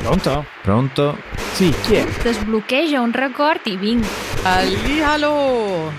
Pronto? Pronto? Sì, chi è? Desbloqueja un record i vinc. Hallihallo!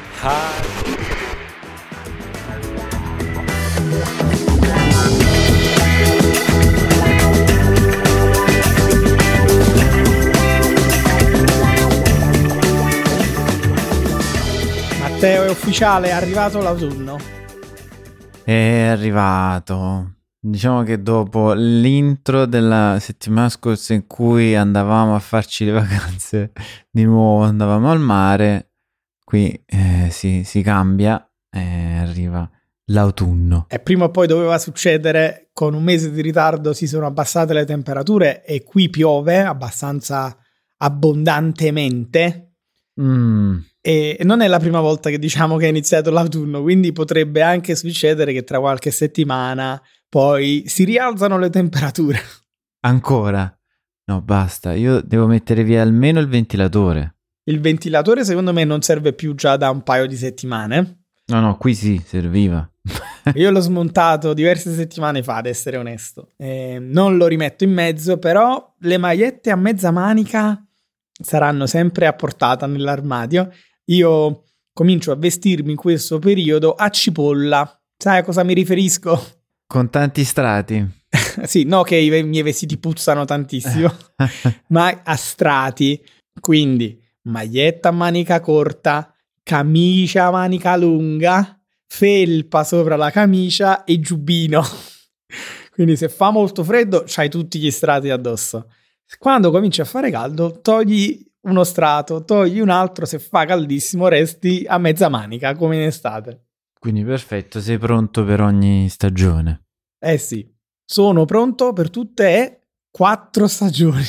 Matteo, è ufficiale, è arrivato l'autunno. È arrivato. Diciamo che dopo l'intro della settimana scorsa in cui andavamo a farci le vacanze di nuovo, andavamo al mare, qui si cambia e arriva l'autunno. E prima o poi doveva succedere, con un mese di ritardo si sono abbassate le temperature e qui piove abbastanza abbondantemente. E non è la prima volta che diciamo che è iniziato l'autunno, quindi potrebbe anche succedere che tra qualche settimana poi si rialzano le temperature. Ancora? No, basta, io devo mettere via almeno il ventilatore. Il ventilatore secondo me non serve più già da un paio di settimane. No, qui sì, serviva. Io l'ho smontato diverse settimane fa, ad essere onesto. Non lo rimetto in mezzo, però le magliette a mezza manica saranno sempre a portata nell'armadio. Io comincio a vestirmi in questo periodo a cipolla. Sai a cosa mi riferisco? Con tanti strati. Sì, no che i miei vestiti puzzano tantissimo, ma a strati. Quindi maglietta a manica corta, camicia a manica lunga, felpa sopra la camicia e giubbino. Quindi se fa molto freddo c'hai tutti gli strati addosso. Quando comincia a fare caldo togli uno strato, togli un altro, se fa caldissimo resti a mezza manica come in estate. Quindi perfetto, sei pronto per ogni stagione. Eh sì, sono pronto per tutte e 4 stagioni.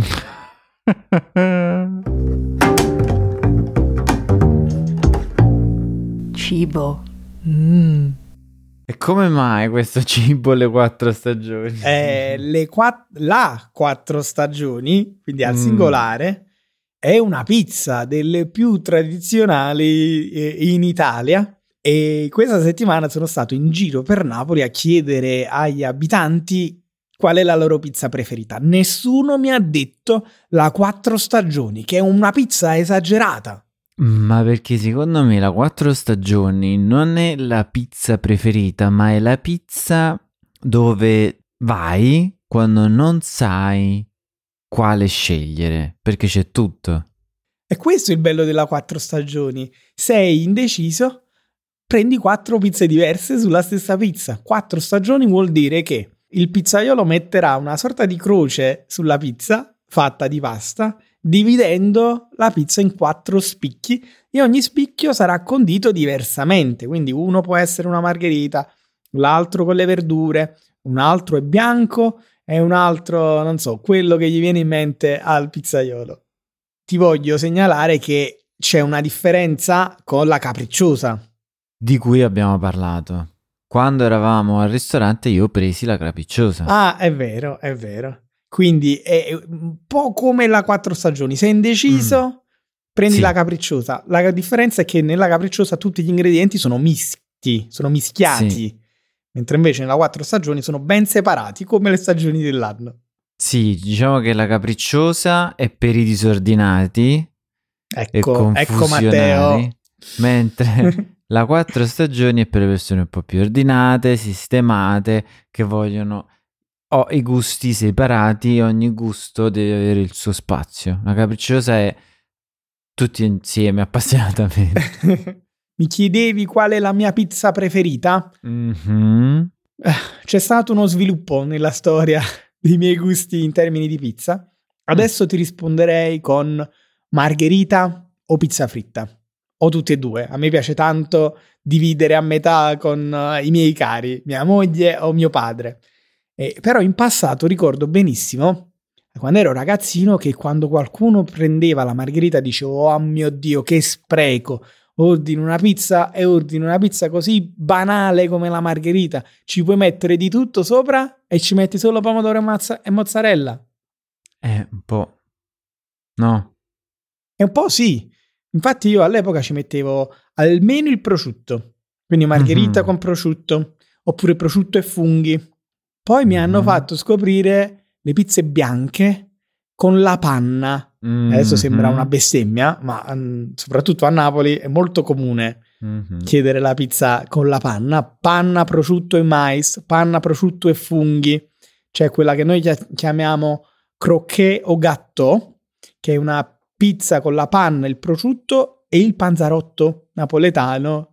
Cibo. E come mai questo cibo le 4 stagioni? La 4 stagioni, quindi al singolare, è una pizza delle più tradizionali in Italia. E questa settimana sono stato in giro per Napoli a chiedere agli abitanti qual è la loro pizza preferita. Nessuno mi ha detto la 4 stagioni, che è una pizza esagerata. Ma perché secondo me la 4 stagioni non è la pizza preferita, ma è la pizza dove vai quando non sai quale scegliere, perché c'è tutto. E questo è il bello della 4 stagioni. Sei indeciso, prendi 4 pizze diverse sulla stessa pizza. 4 stagioni vuol dire che il pizzaiolo metterà una sorta di croce sulla pizza fatta di pasta, dividendo la pizza in 4 spicchi e ogni spicchio sarà condito diversamente. Quindi uno può essere una margherita, l'altro con le verdure, un altro è bianco e un altro, non so, quello che gli viene in mente al pizzaiolo. Ti voglio segnalare che c'è una differenza con la capricciosa, di cui abbiamo parlato. Quando eravamo al ristorante io ho presi la capricciosa. Ah, è vero, è vero. Quindi è un po' come la 4 stagioni. Sei indeciso, prendi Sì. la capricciosa. La differenza è che nella capricciosa tutti gli ingredienti sono misti, sono mischiati. Sì. Mentre invece nella 4 stagioni sono ben separati, come le stagioni dell'anno. Sì, diciamo che la capricciosa è per i disordinati e Ecco Matteo. confusionari, mentre la 4 stagioni è per le persone un po' più ordinate, sistemate, che vogliono i gusti separati, ogni gusto deve avere il suo spazio. La capricciosa è tutti insieme, appassionatamente. Mi chiedevi qual è la mia pizza preferita? Mm-hmm. C'è stato uno sviluppo nella storia dei miei gusti in termini di pizza. Adesso ti risponderei con margherita o pizza fritta. O tutte e due. A me piace tanto dividere a metà con i miei cari, mia moglie o mio padre. Però in passato ricordo benissimo, quando ero ragazzino, che quando qualcuno prendeva la margherita dicevo: oh mio Dio, che spreco! Ordini una pizza e ordini una pizza così banale come la margherita. Ci puoi mettere di tutto sopra e ci metti solo pomodoro e mozzarella. Un po'. No. E un po' sì. Infatti io all'epoca ci mettevo almeno il prosciutto. Quindi margherita con prosciutto. Oppure prosciutto e funghi. Poi mi hanno fatto scoprire le pizze bianche con la panna. Adesso sembra una bestemmia, ma soprattutto a Napoli è molto comune chiedere la pizza con la panna, prosciutto e mais, panna, prosciutto e funghi, cioè quella che noi chiamiamo croquet o gâteau, che è una pizza con la panna, il prosciutto e il panzarotto napoletano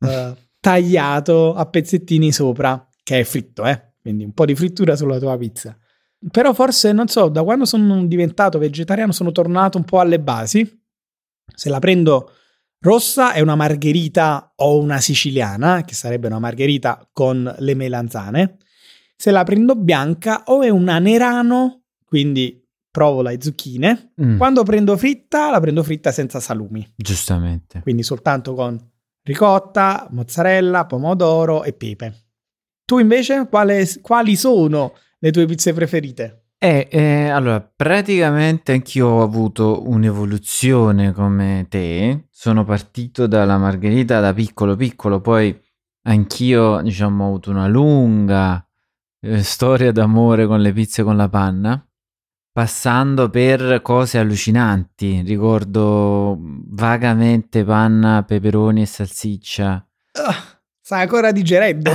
tagliato a pezzettini sopra, che è fritto, quindi un po' di frittura sulla tua pizza. Però forse, non so, da quando sono diventato vegetariano sono tornato un po' alle basi. Se la prendo rossa è una margherita o una siciliana, che sarebbe una margherita con le melanzane. Se la prendo bianca o è una nerano, quindi provola e zucchine. Quando prendo fritta, la prendo fritta senza salumi. Giustamente. Quindi soltanto con ricotta, mozzarella, pomodoro e pepe. Tu invece quali sono le tue pizze preferite? Allora, praticamente anch'io ho avuto un'evoluzione come te. Sono partito dalla margherita da piccolo, poi anch'io, diciamo, ho avuto una lunga storia d'amore con le pizze con la panna, passando per cose allucinanti. Ricordo vagamente panna, peperoni e salsiccia. Stai ancora digerendo?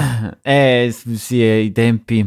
Sì, i tempi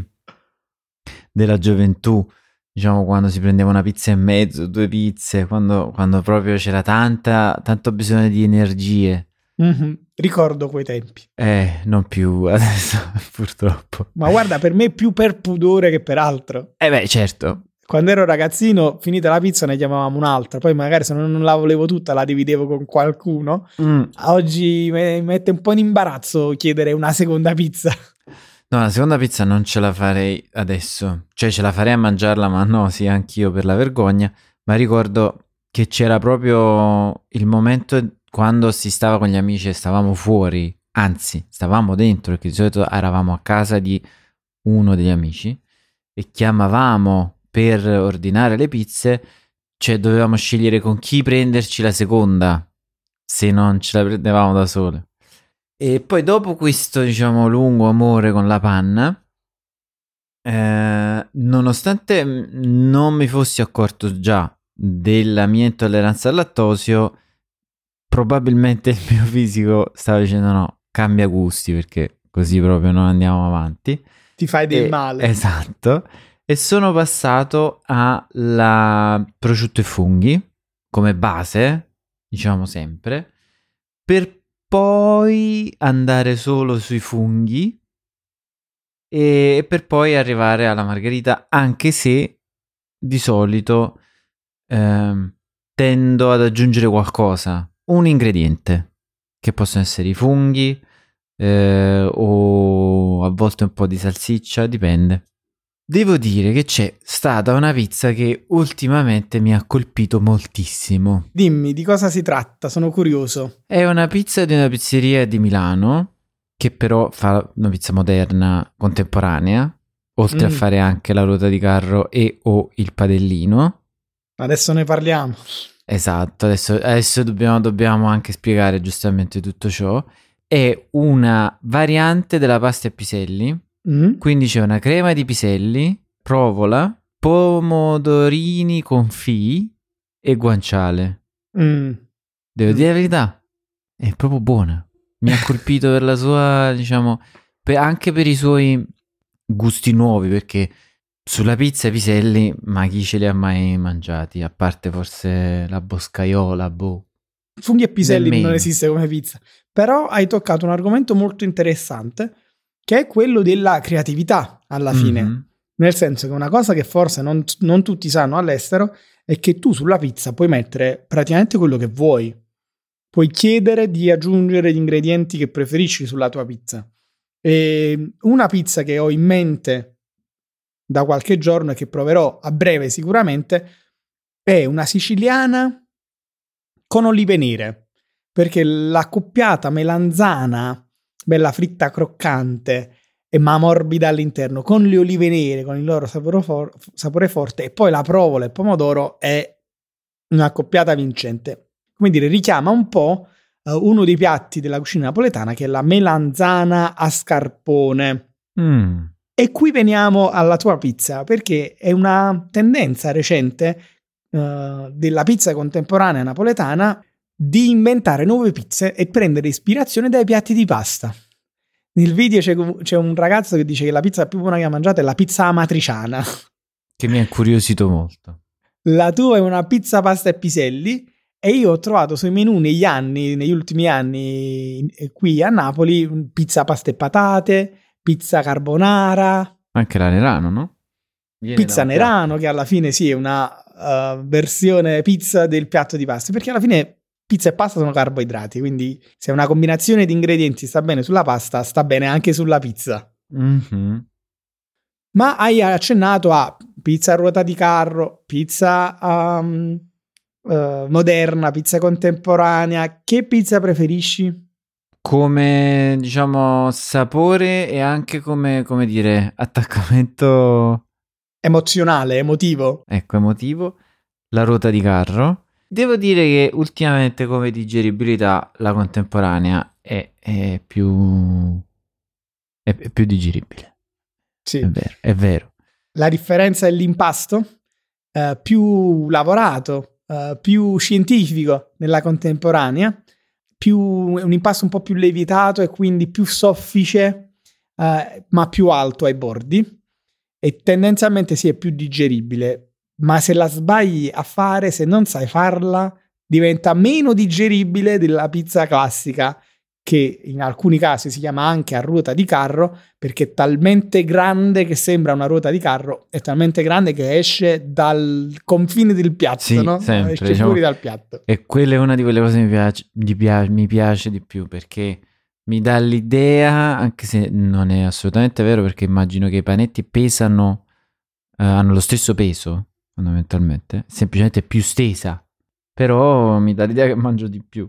della gioventù, diciamo, quando si prendeva una pizza e mezzo, 2 pizze, quando proprio c'era tanto bisogno di energie. Ricordo quei tempi. Non più adesso, purtroppo. Ma guarda, per me più per pudore che per altro. Beh, certo. Quando ero ragazzino, finita la pizza ne chiamavamo un'altra, poi magari se non la volevo tutta la dividevo con qualcuno. Oggi mi mette un po' in imbarazzo chiedere una seconda pizza. No, la seconda pizza non ce la farei adesso, cioè ce la farei a mangiarla, ma no, sì, anch'io per la vergogna. Ma ricordo che c'era proprio il momento quando si stava con gli amici e stavamo fuori, anzi stavamo dentro, perché di solito eravamo a casa di uno degli amici e chiamavamo per ordinare le pizze, cioè dovevamo scegliere con chi prenderci la seconda, se non ce la prendevamo da sole. E poi dopo questo, diciamo, lungo amore con la panna, nonostante non mi fossi accorto già della mia intolleranza al lattosio, probabilmente il mio fisico stava dicendo no, cambia gusti, perché così proprio non andiamo avanti. Ti fai del male. Esatto. E sono passato alla prosciutto e funghi come base, diciamo sempre, per poi andare solo sui funghi e per poi arrivare alla margherita, anche se di solito tendo ad aggiungere qualcosa, un ingrediente, che possono essere i funghi o a volte un po' di salsiccia, dipende. Devo dire che c'è stata una pizza che ultimamente mi ha colpito moltissimo. Dimmi, di cosa si tratta? Sono curioso. È una pizza di una pizzeria di Milano, che però fa una pizza moderna, contemporanea, oltre a fare anche la ruota di carro e o il padellino. Adesso ne parliamo. Esatto, adesso dobbiamo anche spiegare giustamente tutto ciò. È una variante della pasta a piselli. Quindi c'è una crema di piselli, provola, pomodorini confit e guanciale. Devo dire la verità, è proprio buona. Mi ha colpito per la sua, diciamo, anche per i suoi gusti nuovi, perché sulla pizza i piselli, ma chi ce li ha mai mangiati? A parte forse la boscaiola, Funghi e piselli non esiste come pizza. Però hai toccato un argomento molto interessante, che è quello della creatività alla fine. Nel senso che una cosa che forse non tutti sanno all'estero è che tu sulla pizza puoi mettere praticamente quello che vuoi. Puoi chiedere di aggiungere gli ingredienti che preferisci sulla tua pizza. E una pizza che ho in mente da qualche giorno e che proverò a breve sicuramente è una siciliana con olive nere, perché l'accoppiata melanzana bella fritta croccante ma morbida all'interno, con le olive nere, con il loro sapore forte, e poi la provola e il pomodoro è un'accoppiata vincente. Come dire, richiama un po' uno dei piatti della cucina napoletana, che è la melanzana a scarpone. E qui veniamo alla tua pizza, perché è una tendenza recente della pizza contemporanea napoletana di inventare nuove pizze e prendere ispirazione dai piatti di pasta. Nel video c'è un ragazzo che dice che la pizza più buona che ha mangiato è la pizza amatriciana. Che mi ha incuriosito molto. La tua è una pizza pasta e piselli, e io ho trovato sui menù negli ultimi anni qui a Napoli pizza pasta e patate, pizza carbonara, Anche la Nerano, no? Viene pizza da un Nerano, piatto. che alla fine sì è una versione pizza del piatto di pasta, perché alla fine pizza e pasta sono carboidrati, quindi se una combinazione di ingredienti sta bene sulla pasta, sta bene anche sulla pizza. Mhm. Ma hai accennato a pizza a ruota di carro, pizza moderna, pizza contemporanea. Che pizza preferisci? Come, diciamo, sapore e anche come dire, attaccamento, Emozionale, emotivo? ecco, emotivo, la ruota di carro. Devo dire che ultimamente come digeribilità la contemporanea è più digeribile. Sì. È vero. La differenza è l'impasto? Più lavorato, più scientifico nella contemporanea, un impasto un po' più lievitato e quindi più soffice, ma più alto ai bordi, e tendenzialmente sì, è più digeribile, ma se la sbagli a fare, se non sai farla, diventa meno digeribile della pizza classica, che in alcuni casi si chiama anche a ruota di carro, perché è talmente grande che sembra una ruota di carro, è talmente grande che esce dal confine del piatto, Sì, no? sempre, Esce diciamo, fuori dal piatto. e quella è una di quelle cose che mi piace di più, perché mi dà l'idea, anche se non è assolutamente vero, perché immagino che i panetti pesano, hanno lo stesso peso, fondamentalmente, semplicemente più stesa, però mi dà l'idea che mangio di più.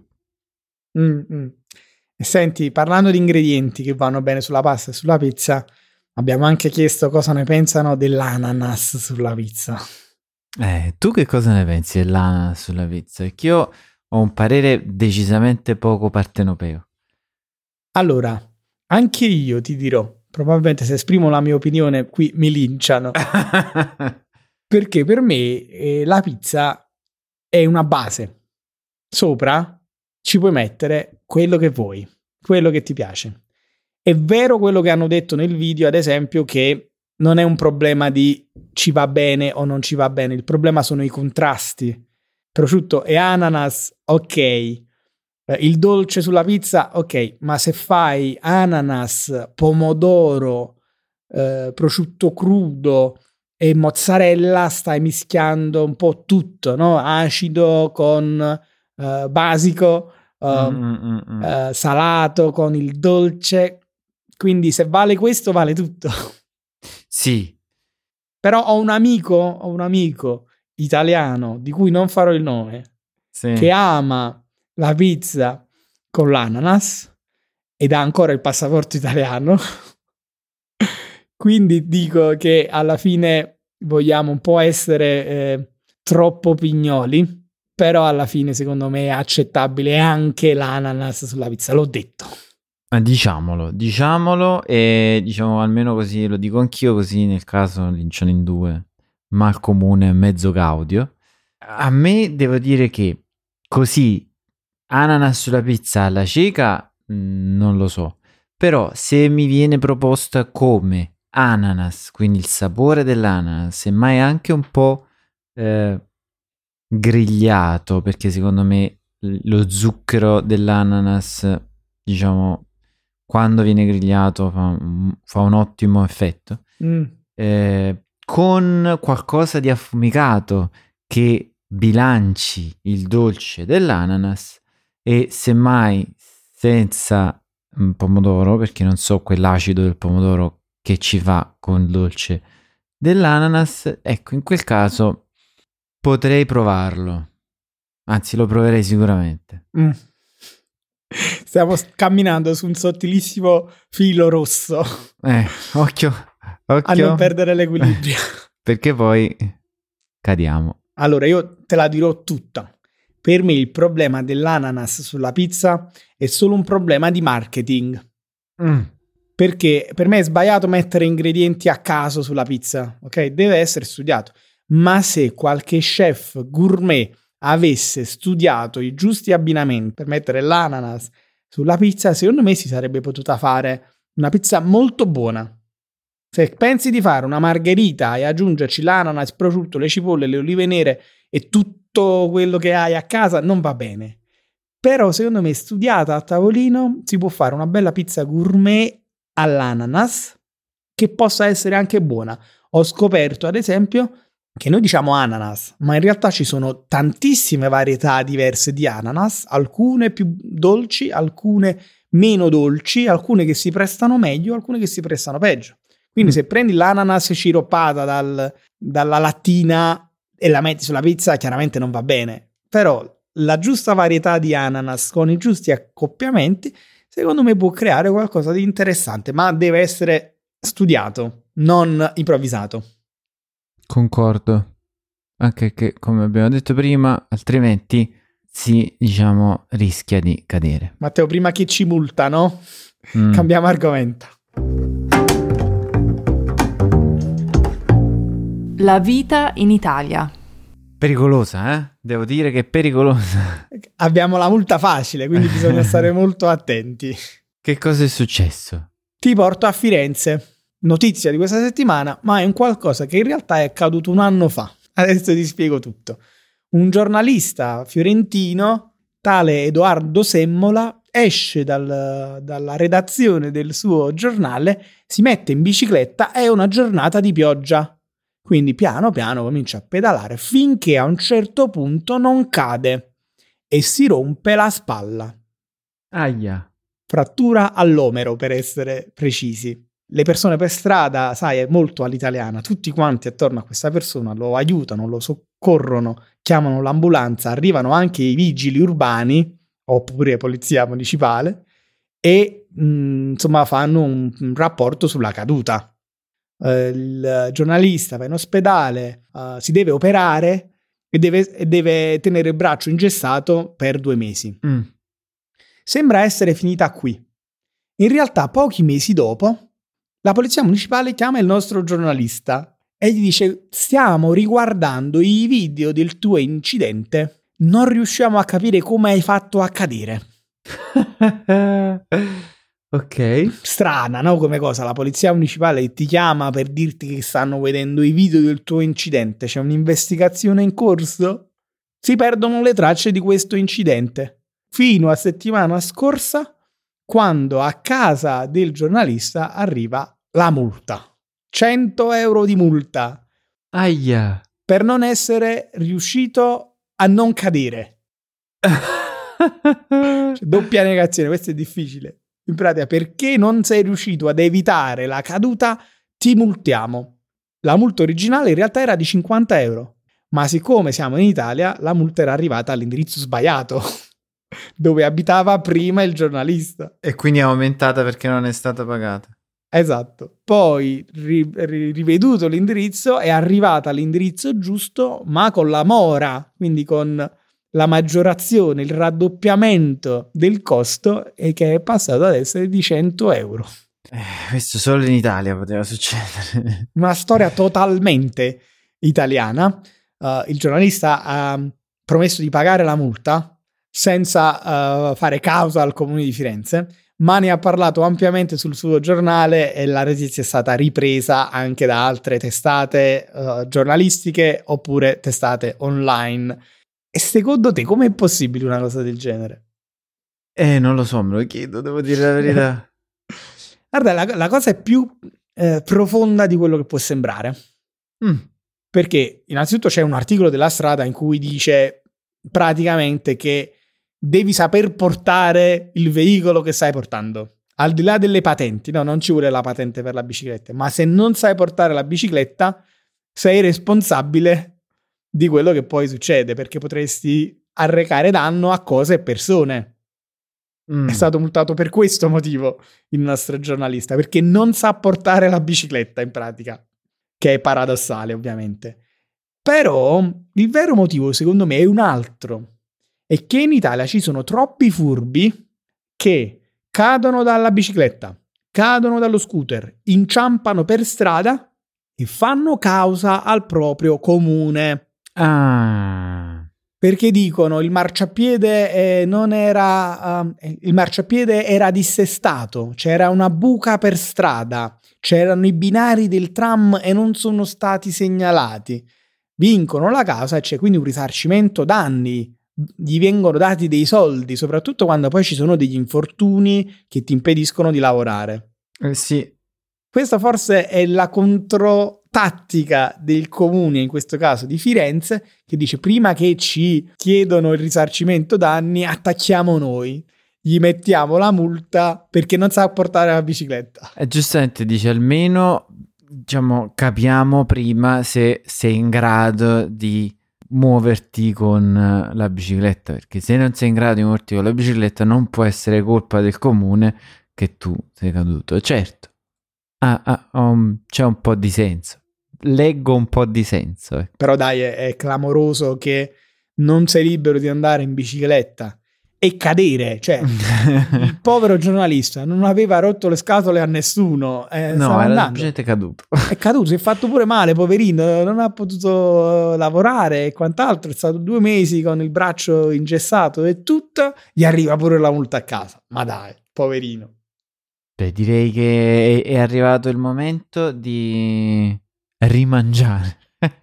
E senti, parlando di ingredienti che vanno bene sulla pasta e sulla pizza, abbiamo anche chiesto cosa ne pensano dell'ananas sulla pizza. Tu che cosa ne pensi dell'ananas sulla pizza? Perché io ho un parere decisamente poco partenopeo. Allora, anche io ti dirò, probabilmente se esprimo la mia opinione qui mi linciano, perché per me la pizza è una base. Sopra ci puoi mettere quello che vuoi, quello che ti piace. È vero quello che hanno detto nel video, ad esempio, che non è un problema di ci va bene o non ci va bene, il problema sono i contrasti. Prosciutto e ananas, ok. Il dolce sulla pizza, ok, ma se fai ananas, pomodoro, prosciutto crudo e mozzarella, stai mischiando un po' tutto, no? Acido con basico, salato con il dolce. Quindi se vale questo, vale tutto. Sì. Però ho un amico italiano, di cui non farò il nome, Sì. che ama la pizza con l'ananas ed ha ancora il passaporto italiano. Quindi dico che alla fine vogliamo un po' essere troppo pignoli, però alla fine secondo me è accettabile anche l'ananas sulla pizza, l'ho detto. Diciamolo e diciamo almeno così, lo dico anch'io, così nel caso linciano in due, ma al comune mezzo gaudio. A me devo dire che così ananas sulla pizza alla cieca non lo so, però se mi viene proposta come ananas, quindi il sapore dell'ananas, semmai anche un po' grigliato, perché secondo me lo zucchero dell'ananas, diciamo, quando viene grigliato fa un ottimo effetto, con qualcosa di affumicato che bilanci il dolce dell'ananas, e semmai senza pomodoro, perché non so quell'acido del pomodoro che ci fa con il dolce dell'ananas, ecco, in quel caso potrei provarlo, anzi lo proverei sicuramente. Stiamo camminando su un sottilissimo filo rosso. Occhio a non perdere l'equilibrio. Perché poi cadiamo. Allora, io te la dirò tutta. Per me il problema dell'ananas sulla pizza è solo un problema di marketing. Perché per me è sbagliato mettere ingredienti a caso sulla pizza, ok? Deve essere studiato. ma se qualche chef gourmet avesse studiato i giusti abbinamenti per mettere l'ananas sulla pizza, secondo me si sarebbe potuta fare una pizza molto buona. Se pensi di fare una margherita e aggiungerci l'ananas, il prosciutto, le cipolle, le olive nere e tutto quello che hai a casa, non va bene. Però secondo me, studiata a tavolino, si può fare una bella pizza gourmet all'ananas che possa essere anche buona. Ho scoperto, ad esempio, che noi diciamo ananas, ma in realtà ci sono tantissime varietà diverse di ananas, alcune più dolci, alcune meno dolci, alcune che si prestano meglio, alcune che si prestano peggio. Quindi se prendi l'ananas sciroppata dalla lattina e la metti sulla pizza, chiaramente non va bene. Però la giusta varietà di ananas con i giusti accoppiamenti, secondo me può creare qualcosa di interessante, ma deve essere studiato, non improvvisato. Concordo. Anche che, come abbiamo detto prima, altrimenti si, rischia di cadere. Matteo, prima che ci multano, cambiamo argomento. La vita in Italia. Pericolosa, eh? Devo dire che è pericolosa. Abbiamo la multa facile, quindi bisogna stare molto attenti. Che cosa è successo? Ti porto a Firenze. Notizia di questa settimana, ma è un qualcosa che in realtà è accaduto un anno fa. Adesso ti spiego tutto. Un giornalista fiorentino, tale Edoardo Semmola, esce dalla redazione del suo giornale, si mette in bicicletta e è una giornata di pioggia. Quindi piano piano comincia a pedalare finché a un certo punto non cade e si rompe la spalla. Aia. Frattura all'omero, per essere precisi. Le persone per strada, sai, è molto all'italiana, tutti quanti attorno a questa persona lo aiutano, lo soccorrono, chiamano l'ambulanza, arrivano anche i vigili urbani oppure polizia municipale e insomma fanno un rapporto sulla caduta. Il giornalista va in ospedale, si deve operare e deve tenere il braccio ingessato per 2 mesi. Sembra essere finita qui. In realtà, pochi mesi dopo, la polizia municipale chiama il nostro giornalista e gli dice: stiamo riguardando i video del tuo incidente, non riusciamo a capire come hai fatto a cadere. Ok. Strana, no? Come cosa? La polizia municipale ti chiama per dirti che stanno vedendo i video del tuo incidente. C'è un'investigazione in corso? Si perdono le tracce di questo incidente. Fino a settimana scorsa, quando a casa del giornalista arriva la multa. 100 euro di multa. Aia. Per non essere riuscito a non cadere. Cioè, doppia negazione, questo è difficile. In pratica, perché non sei riuscito ad evitare la caduta, ti multiamo. La multa originale in realtà era di 50 euro, ma siccome siamo in Italia, la multa era arrivata all'indirizzo sbagliato, dove abitava prima il giornalista. E quindi è aumentata perché non è stata pagata. Esatto. Poi, riveduto l'indirizzo, è arrivata all'indirizzo giusto, ma con la mora, quindi con la maggiorazione, il raddoppiamento del costo, e che è passato ad essere di 100 euro. Questo solo in Italia poteva succedere. Una storia totalmente italiana. Il giornalista ha promesso di pagare la multa senza fare causa al comune di Firenze, ma ne ha parlato ampiamente sul suo giornale e la notizia è stata ripresa anche da altre testate giornalistiche oppure testate online. E secondo te com'è possibile una cosa del genere? Non lo so, me lo chiedo, devo dire la verità. Guarda, la cosa è più profonda di quello che può sembrare. Perché innanzitutto c'è un articolo della Strada in cui dice praticamente che devi saper portare il veicolo che stai portando. Al di là delle patenti, no, non ci vuole la patente per la bicicletta, ma se non sai portare la bicicletta sei responsabile di quello che poi succede, perché potresti arrecare danno a cose e persone. È stato multato per questo motivo il nostro giornalista, perché non sa portare la bicicletta in pratica, che è paradossale ovviamente. Però il vero motivo secondo me è un altro, è che in Italia ci sono troppi furbi che cadono dalla bicicletta, cadono dallo scooter, inciampano per strada e fanno causa al proprio comune. Perché dicono il marciapiede il marciapiede era dissestato, c'era una buca per strada, c'erano i binari del tram e non sono stati segnalati. Vincono la causa e c'è quindi un risarcimento danni, gli vengono dati dei soldi, soprattutto quando poi ci sono degli infortuni che ti impediscono di lavorare. Sì. Questa forse è la controtattica del comune, in questo caso di Firenze, che dice prima che ci chiedono il risarcimento danni, attacchiamo noi, gli mettiamo la multa perché non sa portare la bicicletta. E giustamente dice almeno, diciamo, capiamo prima se sei in grado di muoverti con la bicicletta, perché se non sei in grado di muoverti con la bicicletta non può essere colpa del comune che tu sei caduto. Certo. C'è un po' di senso. Leggo un po' di senso. Però dai, è clamoroso che non sei libero di andare in bicicletta e cadere. Cioè, il povero giornalista non aveva rotto le scatole a nessuno. No, era semplicemente caduto. È caduto, si è fatto pure male, poverino. Non ha potuto lavorare e quant'altro. È stato 2 mesi con il braccio ingessato e tutto. Gli arriva pure la multa a casa. Ma dai, poverino. Beh, direi che è arrivato il momento di rimangiare.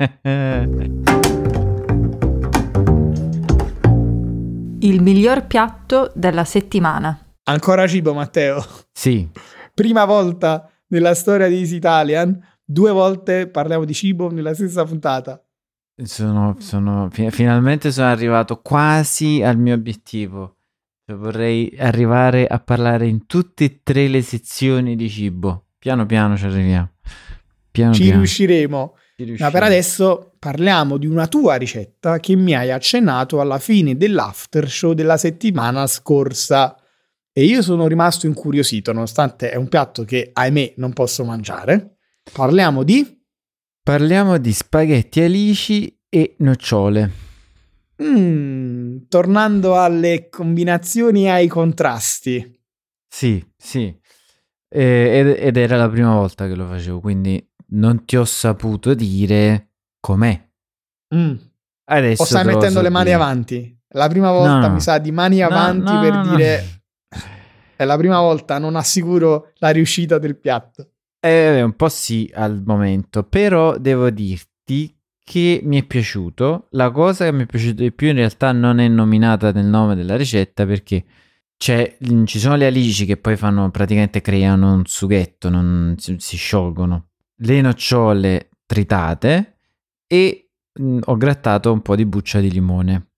Il miglior piatto della settimana. Ancora cibo, Matteo? Sì. Prima volta nella storia di Easy Italian, 2 volte parliamo di cibo nella stessa puntata. Finalmente sono arrivato quasi al mio obiettivo. Vorrei arrivare a parlare in tutte e 3 le sezioni di cibo. Piano piano ci arriviamo. Ci riusciremo. Ma per adesso parliamo di una tua ricetta che mi hai accennato alla fine dell'after show della settimana scorsa. E io sono rimasto incuriosito, nonostante è un piatto che, ahimè, non posso mangiare. Parliamo di spaghetti alici e nocciole. Tornando alle combinazioni e ai contrasti. Sì. Ed era la prima volta che lo facevo, quindi non ti ho saputo dire com'è. Adesso o stai mettendo le mani avanti? La prima volta mi sa di mani avanti per dire è la prima volta, non assicuro la riuscita del piatto. Un po' sì al momento, però devo dirti che mi è piaciuto. La cosa che mi è piaciuta di più in realtà non è nominata nel nome della ricetta, perché ci sono le alici che poi praticamente creano un sughetto, non si sciolgono, le nocciole tritate e ho grattato un po' di buccia di limone.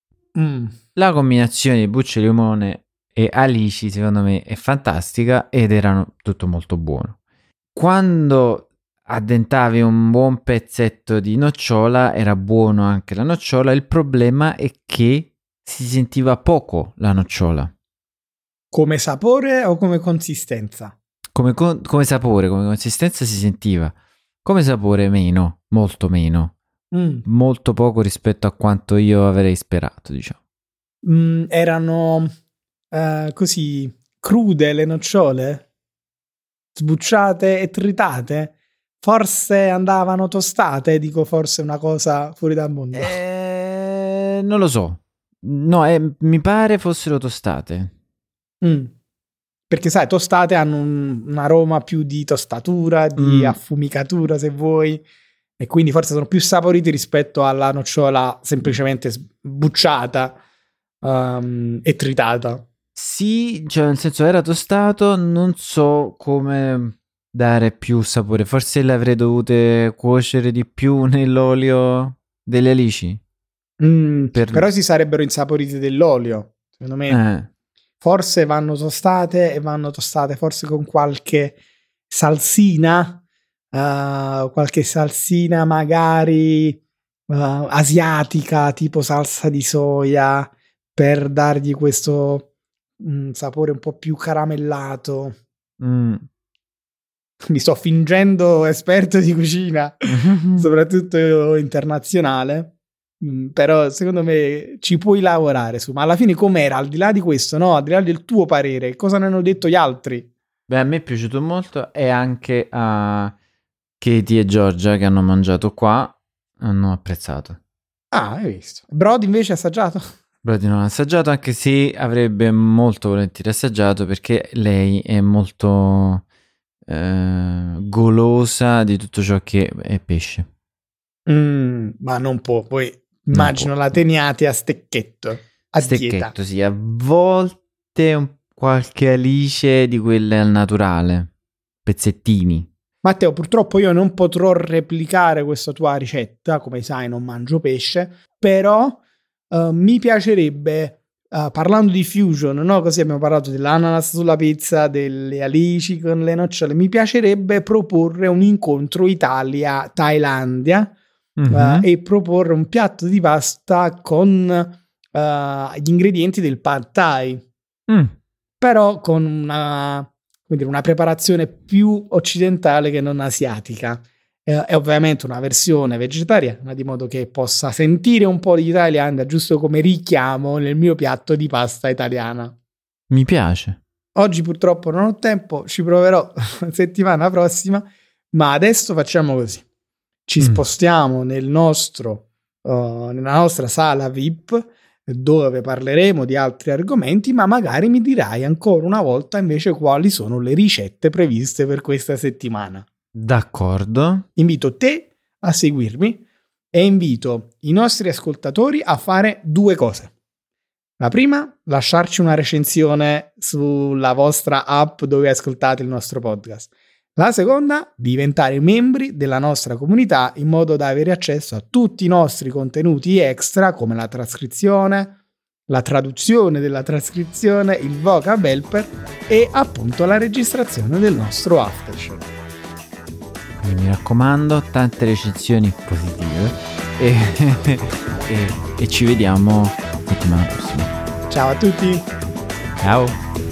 La combinazione di buccia di limone e alici secondo me è fantastica ed erano tutto molto buono. Quando addentavi un buon pezzetto di nocciola era buono anche la nocciola. Il problema è che si sentiva poco la nocciola. Come sapore o come consistenza? Come sapore, come consistenza si sentiva. Come sapore meno, molto meno. Molto poco rispetto a quanto io avrei sperato, diciamo. Erano così crude le nocciole? Sbucciate e tritate? Forse andavano tostate? Dico forse una cosa fuori dal mondo. Non lo so. No, mi pare fossero tostate. Perché sai, tostate hanno un aroma più di tostatura, di affumicatura se vuoi, e quindi forse sono più saporiti rispetto alla nocciola semplicemente sbucciata e tritata. Sì, cioè nel senso era tostato, non so come dare più sapore, forse le avrei dovute cuocere di più nell'olio delle alici. Però si sarebbero insaporiti dell'olio, secondo me. Forse vanno tostate forse con qualche salsina, magari asiatica, tipo salsa di soia, per dargli questo sapore un po' più caramellato. Mi sto fingendo esperto di cucina, soprattutto internazionale. Però secondo me ci puoi lavorare su, ma alla fine com'era, al di là di questo, no? Al di là del tuo parere, cosa ne hanno detto gli altri? Beh, a me è piaciuto molto e anche Katie e Giorgia, che hanno mangiato qua, hanno apprezzato. Ah, hai visto. Brody invece ha assaggiato? Brody non ha assaggiato, anche se avrebbe molto volentieri assaggiato, perché lei è molto golosa di tutto ciò che è pesce. Ma non può. Poi immagino la teniate a stecchetto. A dieta. Stecchetto, sì. A volte qualche alice di quelle al naturale. Pezzettini. Matteo, purtroppo io non potrò replicare questa tua ricetta, come sai non mangio pesce, però mi piacerebbe, parlando di fusion, no? Così abbiamo parlato dell'ananas sulla pizza, delle alici con le nocciole, mi piacerebbe proporre un incontro Italia-Thailandia e proporre un piatto di pasta con gli ingredienti del pad thai, però con una preparazione più occidentale che non asiatica. È ovviamente una versione vegetariana, di modo che possa sentire un po' di Thailandia, giusto come richiamo nel mio piatto di pasta italiana. Mi piace. Oggi purtroppo non ho tempo, ci proverò settimana prossima, ma adesso facciamo così. Ci spostiamo nella nostra sala VIP, dove parleremo di altri argomenti, ma magari mi dirai ancora una volta invece quali sono le ricette previste per questa settimana. D'accordo. Invito te a seguirmi e invito i nostri ascoltatori a fare 2 cose. La prima, lasciarci una recensione sulla vostra app dove ascoltate il nostro podcast. La seconda, diventare membri della nostra comunità in modo da avere accesso a tutti i nostri contenuti extra, come la trascrizione, la traduzione della trascrizione, il vocab helper e appunto la registrazione del nostro aftershow. Quindi mi raccomando, tante recensioni positive e ci vediamo settimana prossima. Ciao a tutti! Ciao!